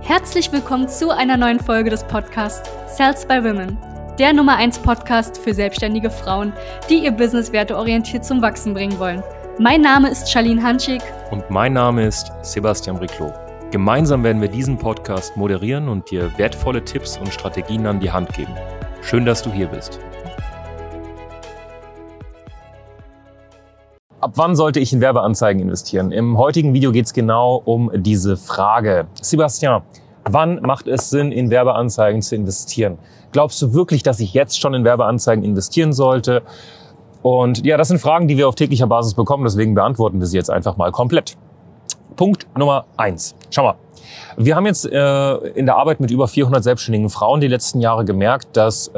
Herzlich willkommen zu einer neuen Folge des Podcasts Sales by Women, der Nummer 1 Podcast für selbstständige Frauen, die ihr Business werteorientiert zum Wachsen bringen wollen. Mein Name ist Charlene Hanschig. Und mein Name ist Sebastian Briclot. Gemeinsam werden wir diesen Podcast moderieren und dir wertvolle Tipps und Strategien an die Hand geben. Schön, dass du hier bist. Ab wann sollte ich in Werbeanzeigen investieren? Im heutigen Video geht es genau um diese Frage. Sebastian, wann macht es Sinn, in Werbeanzeigen zu investieren? Glaubst du wirklich, dass ich jetzt schon in Werbeanzeigen investieren sollte? Und ja, das sind Fragen, die wir auf täglicher Basis bekommen, deswegen beantworten wir sie jetzt einfach mal komplett. Punkt Nummer 1. Schau mal. Wir haben jetzt in der Arbeit mit über 400 selbstständigen Frauen die letzten Jahre gemerkt, dass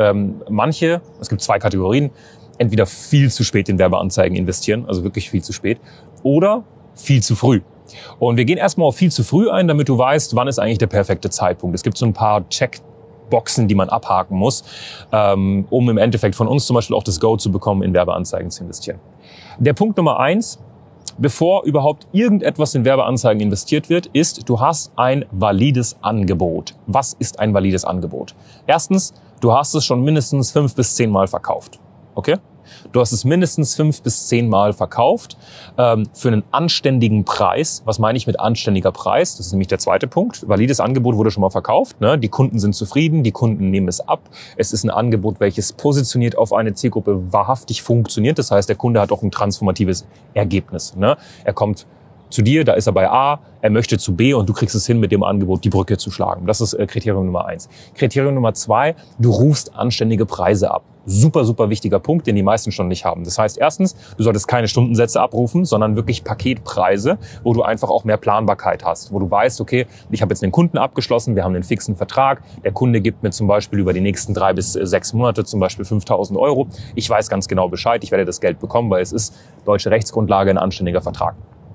es gibt zwei Kategorien, entweder viel zu spät in Werbeanzeigen investieren, also wirklich viel zu spät, oder viel zu früh. Und wir gehen erstmal auf viel zu früh ein, damit du weißt, wann ist eigentlich der perfekte Zeitpunkt. Es gibt so ein paar Checkboxen, die man abhaken muss, um im Endeffekt von uns zum Beispiel auch das Go zu bekommen, in Werbeanzeigen zu investieren. Der Punkt Nummer 1, bevor überhaupt irgendetwas in Werbeanzeigen investiert wird, ist, du hast ein valides Angebot. Was ist ein valides Angebot? Erstens, du hast es schon mindestens 5 bis 10 Mal verkauft. Okay? Du hast es mindestens 5 bis 10 Mal verkauft für einen anständigen Preis. Was meine ich mit anständiger Preis? Das ist nämlich der zweite Punkt. Valides Angebot wurde schon mal verkauft. Ne? Die Kunden sind zufrieden, die Kunden nehmen es ab. Es ist ein Angebot, welches positioniert auf eine Zielgruppe wahrhaftig funktioniert. Das heißt, der Kunde hat auch ein transformatives Ergebnis. Ne? Er kommt zu dir, da ist er bei A, er möchte zu B und du kriegst es hin, mit dem Angebot die Brücke zu schlagen. Das ist Kriterium Nummer 1. Kriterium Nummer 2, du rufst anständige Preise ab. Super, super wichtiger Punkt, den die meisten schon nicht haben. Das heißt, erstens, du solltest keine Stundensätze abrufen, sondern wirklich Paketpreise, wo du einfach auch mehr Planbarkeit hast, wo du weißt, okay, ich habe jetzt einen Kunden abgeschlossen, wir haben einen fixen Vertrag, der Kunde gibt mir zum Beispiel über die nächsten 3 bis 6 Monate zum Beispiel 5.000 €. Ich weiß ganz genau Bescheid, ich werde das Geld bekommen, weil es ist deutsche Rechtsgrundlage, ein anständiger Vertrag.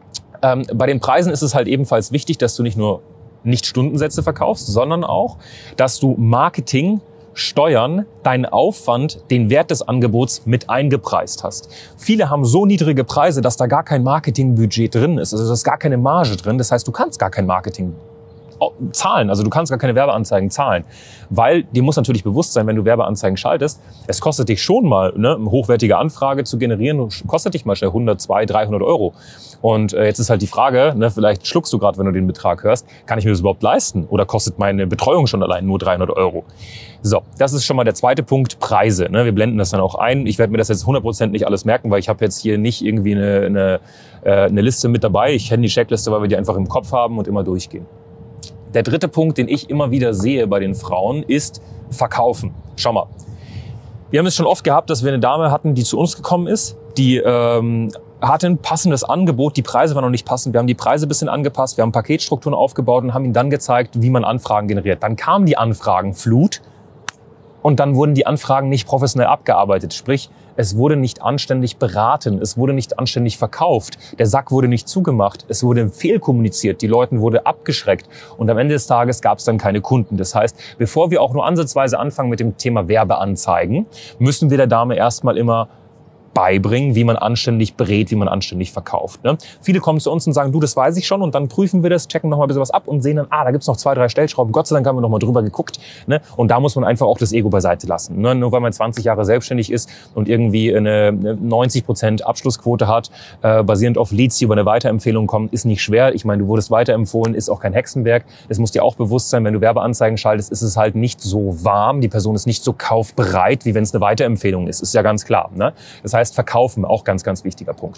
Bei den Preisen ist es halt ebenfalls wichtig, dass du nicht nur nicht Stundensätze verkaufst, sondern auch, dass du Marketing, Steuern, deinen Aufwand, den Wert des Angebots mit eingepreist hast. Viele haben so niedrige Preise, dass da gar kein Marketingbudget drin ist. Also da ist gar keine Marge drin. Das heißt, du kannst gar kein Marketing zahlen. Also du kannst gar keine Werbeanzeigen zahlen. Weil dir muss natürlich bewusst sein, wenn du Werbeanzeigen schaltest, es kostet dich schon mal, eine hochwertige Anfrage zu generieren, kostet dich mal schnell 100, 200, 300 €. Und jetzt ist halt die Frage, vielleicht schluckst du gerade, wenn du den Betrag hörst, kann ich mir das überhaupt leisten? Oder kostet meine Betreuung schon allein nur 300 €? So, das ist schon mal der zweite Punkt, Preise. Wir blenden das dann auch ein. Ich werde mir das jetzt 100% nicht alles merken, weil ich habe jetzt hier nicht irgendwie eine Liste mit dabei. Ich kenne die Checkliste, weil wir die einfach im Kopf haben und immer durchgehen. Der dritte Punkt, den ich immer wieder sehe bei den Frauen, ist Verkaufen. Schau mal, wir haben es schon oft gehabt, dass wir eine Dame hatten, die zu uns gekommen ist, die hatte ein passendes Angebot, die Preise waren noch nicht passend, wir haben die Preise ein bisschen angepasst, wir haben Paketstrukturen aufgebaut und haben ihnen dann gezeigt, wie man Anfragen generiert. Dann kam die Anfragenflut und dann wurden die Anfragen nicht professionell abgearbeitet, sprich, es wurde nicht anständig beraten, es wurde nicht anständig verkauft, der Sack wurde nicht zugemacht, es wurde fehlkommuniziert, die Leute wurde abgeschreckt und am Ende des Tages gab es dann keine Kunden. Das heißt, bevor wir auch nur ansatzweise anfangen mit dem Thema Werbeanzeigen, müssen wir der Dame erstmal immer beibringen, wie man anständig berät, wie man anständig verkauft. Viele kommen zu uns und sagen, du, das weiß ich schon, und dann prüfen wir das, checken noch mal ein bisschen was ab und sehen dann, da gibt's noch 2, 3 Stellschrauben. Gott sei Dank haben wir noch mal drüber geguckt. Und da muss man einfach auch das Ego beiseite lassen. Nur weil man 20 Jahre selbstständig ist und irgendwie eine 90% Abschlussquote hat, basierend auf Leads, die über eine Weiterempfehlung kommen, ist nicht schwer. Ich meine, du wurdest weiterempfohlen, ist auch kein Hexenwerk. Es muss dir auch bewusst sein, wenn du Werbeanzeigen schaltest, ist es halt nicht so warm, die Person ist nicht so kaufbereit, wie wenn es eine Weiterempfehlung ist. Ist ja ganz klar. Das heißt, Verkaufen, auch ganz, ganz wichtiger Punkt.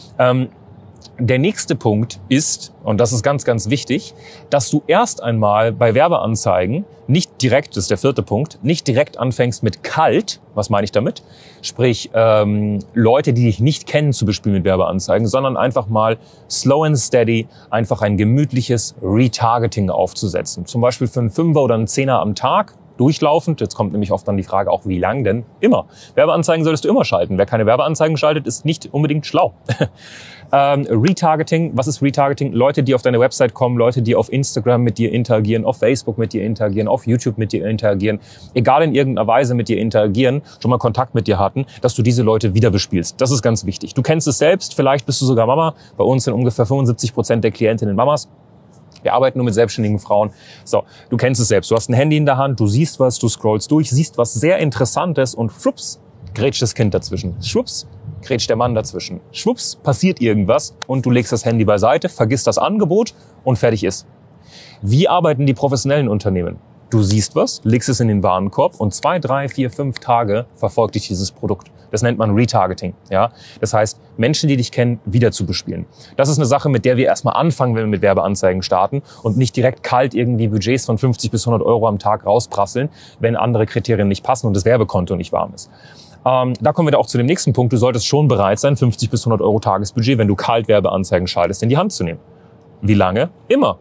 Der nächste Punkt ist, und das ist ganz, ganz wichtig, dass du erst einmal bei Werbeanzeigen nicht direkt, das ist der vierte Punkt, nicht direkt anfängst mit kalt. Was meine ich damit? Sprich, Leute, die dich nicht kennen, zu bespielen mit Werbeanzeigen, sondern einfach mal slow and steady, einfach ein gemütliches Retargeting aufzusetzen. Zum Beispiel für einen 5er oder einen 10er am Tag, durchlaufend. Jetzt kommt nämlich oft dann die Frage auch, wie lang denn? Immer. Werbeanzeigen solltest du immer schalten. Wer keine Werbeanzeigen schaltet, ist nicht unbedingt schlau. Retargeting, was ist Retargeting? Leute, die auf deine Website kommen, Leute, die auf Instagram mit dir interagieren, auf Facebook mit dir interagieren, auf YouTube mit dir interagieren, egal in irgendeiner Weise mit dir interagieren, schon mal Kontakt mit dir hatten, dass du diese Leute wieder bespielst. Das ist ganz wichtig. Du kennst es selbst, vielleicht bist du sogar Mama. Bei uns sind ungefähr 75% der Klientinnen Mamas. Wir arbeiten nur mit selbstständigen Frauen. So, du kennst es selbst. Du hast ein Handy in der Hand, du siehst was, du scrollst durch, siehst was sehr Interessantes und schwupps, grätscht das Kind dazwischen. Schwupps, grätscht der Mann dazwischen. Schwupps, passiert irgendwas und du legst das Handy beiseite, vergisst das Angebot und fertig ist. Wie arbeiten die professionellen Unternehmen? Du siehst was, legst es in den Warenkorb und 2, 3, 4, 5 Tage verfolgt dich dieses Produkt. Das nennt man Retargeting. Ja? Das heißt, Menschen, die dich kennen, wieder zu bespielen. Das ist eine Sache, mit der wir erstmal anfangen, wenn wir mit Werbeanzeigen starten und nicht direkt kalt irgendwie Budgets von 50 bis 100 Euro am Tag rausprasseln, wenn andere Kriterien nicht passen und das Werbekonto nicht warm ist. Da kommen wir da auch zu dem nächsten Punkt. Du solltest schon bereit sein, 50 bis 100 Euro Tagesbudget, wenn du kalt Werbeanzeigen schaltest, in die Hand zu nehmen. Wie lange? Immer.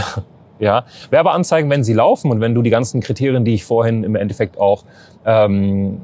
Ja, Werbeanzeigen, wenn sie laufen und wenn du die ganzen Kriterien, die ich vorhin im Endeffekt auch, wenn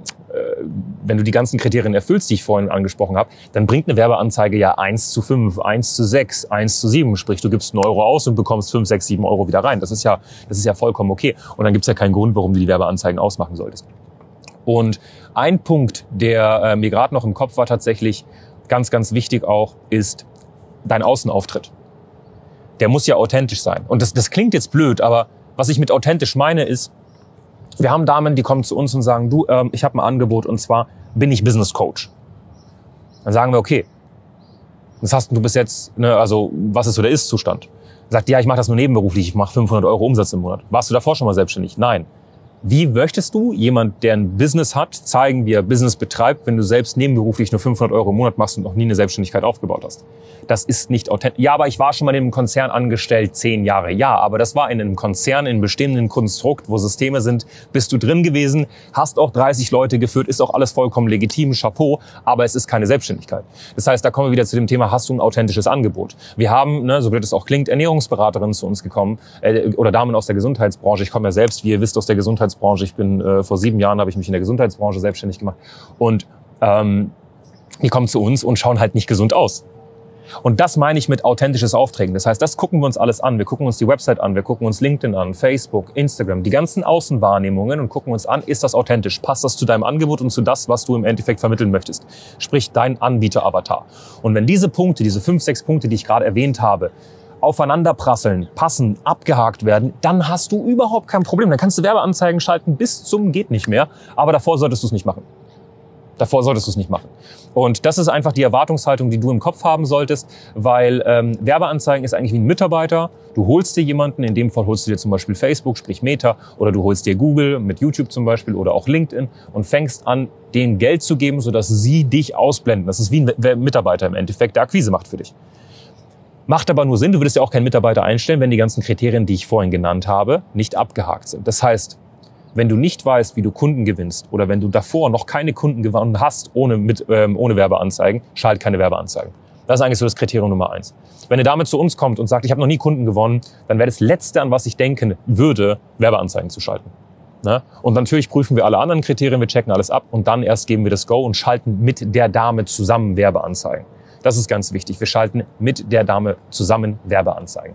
du die ganzen Kriterien erfüllst, die ich vorhin angesprochen habe, dann bringt eine Werbeanzeige ja 1:5, 1:6, 1:7. Sprich, du gibst 1 Euro aus und bekommst 5, 6, 7 Euro wieder rein. Das ist ja vollkommen okay. Und dann gibt's ja keinen Grund, warum du die Werbeanzeigen ausmachen solltest. Und ein Punkt, der mir gerade noch im Kopf war tatsächlich ganz, ganz wichtig auch, ist dein Außenauftritt. Der muss ja authentisch sein. Und das klingt jetzt blöd, aber was ich mit authentisch meine ist, wir haben Damen, die kommen zu uns und sagen, du, ich habe ein Angebot und zwar bin ich Business Coach. Dann sagen wir, okay, was hast du bis jetzt, ne, also was ist so der Ist-Zustand? Sagt, ja, ich mache das nur nebenberuflich, ich mache 500 Euro Umsatz im Monat. Warst du davor schon mal selbstständig? Nein. Wie möchtest du jemand, der ein Business hat, zeigen, wie er Business betreibt, wenn du selbst nebenberuflich nur 500 Euro im Monat machst und noch nie eine Selbstständigkeit aufgebaut hast? Das ist nicht authentisch. Ja, aber ich war schon mal in einem Konzern angestellt, 10 Jahre. Ja, aber das war in einem Konzern, in einem bestehenden Konstrukt, wo Systeme sind. Bist du drin gewesen, hast auch 30 Leute geführt, ist auch alles vollkommen legitim, Chapeau, aber es ist keine Selbstständigkeit. Das heißt, da kommen wir wieder zu dem Thema, hast du ein authentisches Angebot? Wir haben, ne, so blöd es auch klingt, Ernährungsberaterinnen zu uns gekommen oder Damen aus der Gesundheitsbranche. Ich komme ja selbst, wie ihr wisst, aus der Gesundheitsbranche. Ich bin vor 7 Jahren habe ich mich in der Gesundheitsbranche selbstständig gemacht und die kommen zu uns und schauen halt nicht gesund aus. Und das meine ich mit authentisches Auftreten. Das heißt, das gucken wir uns alles an. Wir gucken uns die Website an, wir gucken uns LinkedIn an, Facebook, Instagram, die ganzen Außenwahrnehmungen und gucken uns an, ist das authentisch? Passt das zu deinem Angebot und zu das, was du im Endeffekt vermitteln möchtest? Sprich, dein Anbieter-Avatar. Und wenn diese Punkte, diese 5, 6 Punkte, die ich gerade erwähnt habe, aufeinanderprasseln, passen, abgehakt werden, dann hast du überhaupt kein Problem. Dann kannst du Werbeanzeigen schalten bis zum geht nicht mehr, aber davor solltest du es nicht machen. Davor solltest du es nicht machen. Und das ist einfach die Erwartungshaltung, die du im Kopf haben solltest, weil Werbeanzeigen ist eigentlich wie ein Mitarbeiter. Du holst dir jemanden, in dem Fall holst du dir zum Beispiel Facebook, sprich Meta, oder du holst dir Google mit YouTube zum Beispiel oder auch LinkedIn und fängst an, denen Geld zu geben, sodass sie dich ausblenden. Das ist wie ein Mitarbeiter im Endeffekt, der Akquise macht für dich. Macht aber nur Sinn, du würdest ja auch keinen Mitarbeiter einstellen, wenn die ganzen Kriterien, die ich vorhin genannt habe, nicht abgehakt sind. Das heißt, wenn du nicht weißt, wie du Kunden gewinnst oder wenn du davor noch keine Kunden gewonnen hast ohne Werbeanzeigen, schalt keine Werbeanzeigen. Das ist eigentlich so das Kriterium Nummer 1. Wenn eine Dame zu uns kommt und sagt, ich habe noch nie Kunden gewonnen, dann wäre das Letzte, an was ich denken würde, Werbeanzeigen zu schalten. Ne? Und natürlich prüfen wir alle anderen Kriterien, wir checken alles ab und dann erst geben wir das Go und schalten mit der Dame zusammen Werbeanzeigen. Das ist ganz wichtig. Wir schalten mit der Dame zusammen Werbeanzeigen.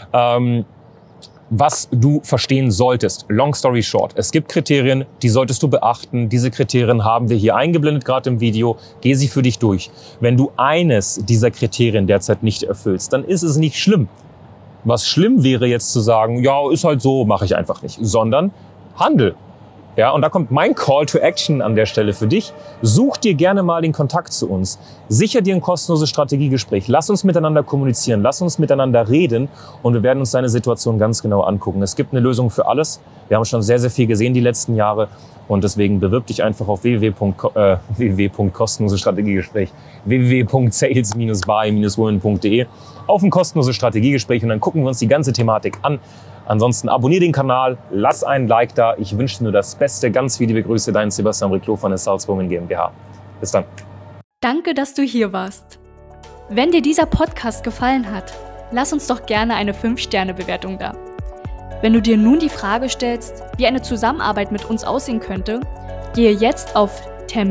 Was du verstehen solltest, long story short, es gibt Kriterien, die solltest du beachten. Diese Kriterien haben wir hier eingeblendet, gerade im Video. Geh sie für dich durch. Wenn du eines dieser Kriterien derzeit nicht erfüllst, dann ist es nicht schlimm. Was schlimm wäre jetzt zu sagen, ja, ist halt so, mache ich einfach nicht, sondern handel. Ja, und da kommt mein Call to Action an der Stelle für dich. Such dir gerne mal den Kontakt zu uns. Sicher dir ein kostenloses Strategiegespräch. Lass uns miteinander kommunizieren. Lass uns miteinander reden. Und wir werden uns deine Situation ganz genau angucken. Es gibt eine Lösung für alles. Wir haben schon sehr, sehr viel gesehen die letzten Jahre. Und deswegen bewirb dich einfach auf www.kostenloses Strategiegespräch, www.sales-by-women.de auf ein kostenloses Strategiegespräch. Und dann gucken wir uns die ganze Thematik an. Ansonsten abonniere den Kanal, lass einen Like da. Ich wünsche dir nur das Beste. Ganz viele Grüße, dein Sebastian Riclot von der Salzwomen GmbH. Bis dann. Danke, dass du hier warst. Wenn dir dieser Podcast gefallen hat, lass uns doch gerne eine 5-Sterne-Bewertung da. Wenn du dir nun die Frage stellst, wie eine Zusammenarbeit mit uns aussehen könnte, gehe jetzt auf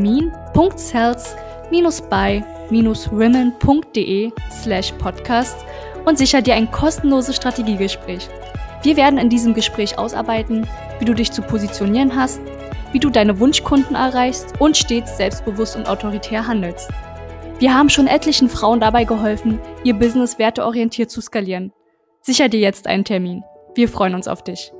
termin.sales-by-women.de/podcast und sicher dir ein kostenloses Strategiegespräch. Wir werden in diesem Gespräch ausarbeiten, wie du dich zu positionieren hast, wie du deine Wunschkunden erreichst und stets selbstbewusst und autoritär handelst. Wir haben schon etlichen Frauen dabei geholfen, ihr Business werteorientiert zu skalieren. Sicher dir jetzt einen Termin. Wir freuen uns auf dich.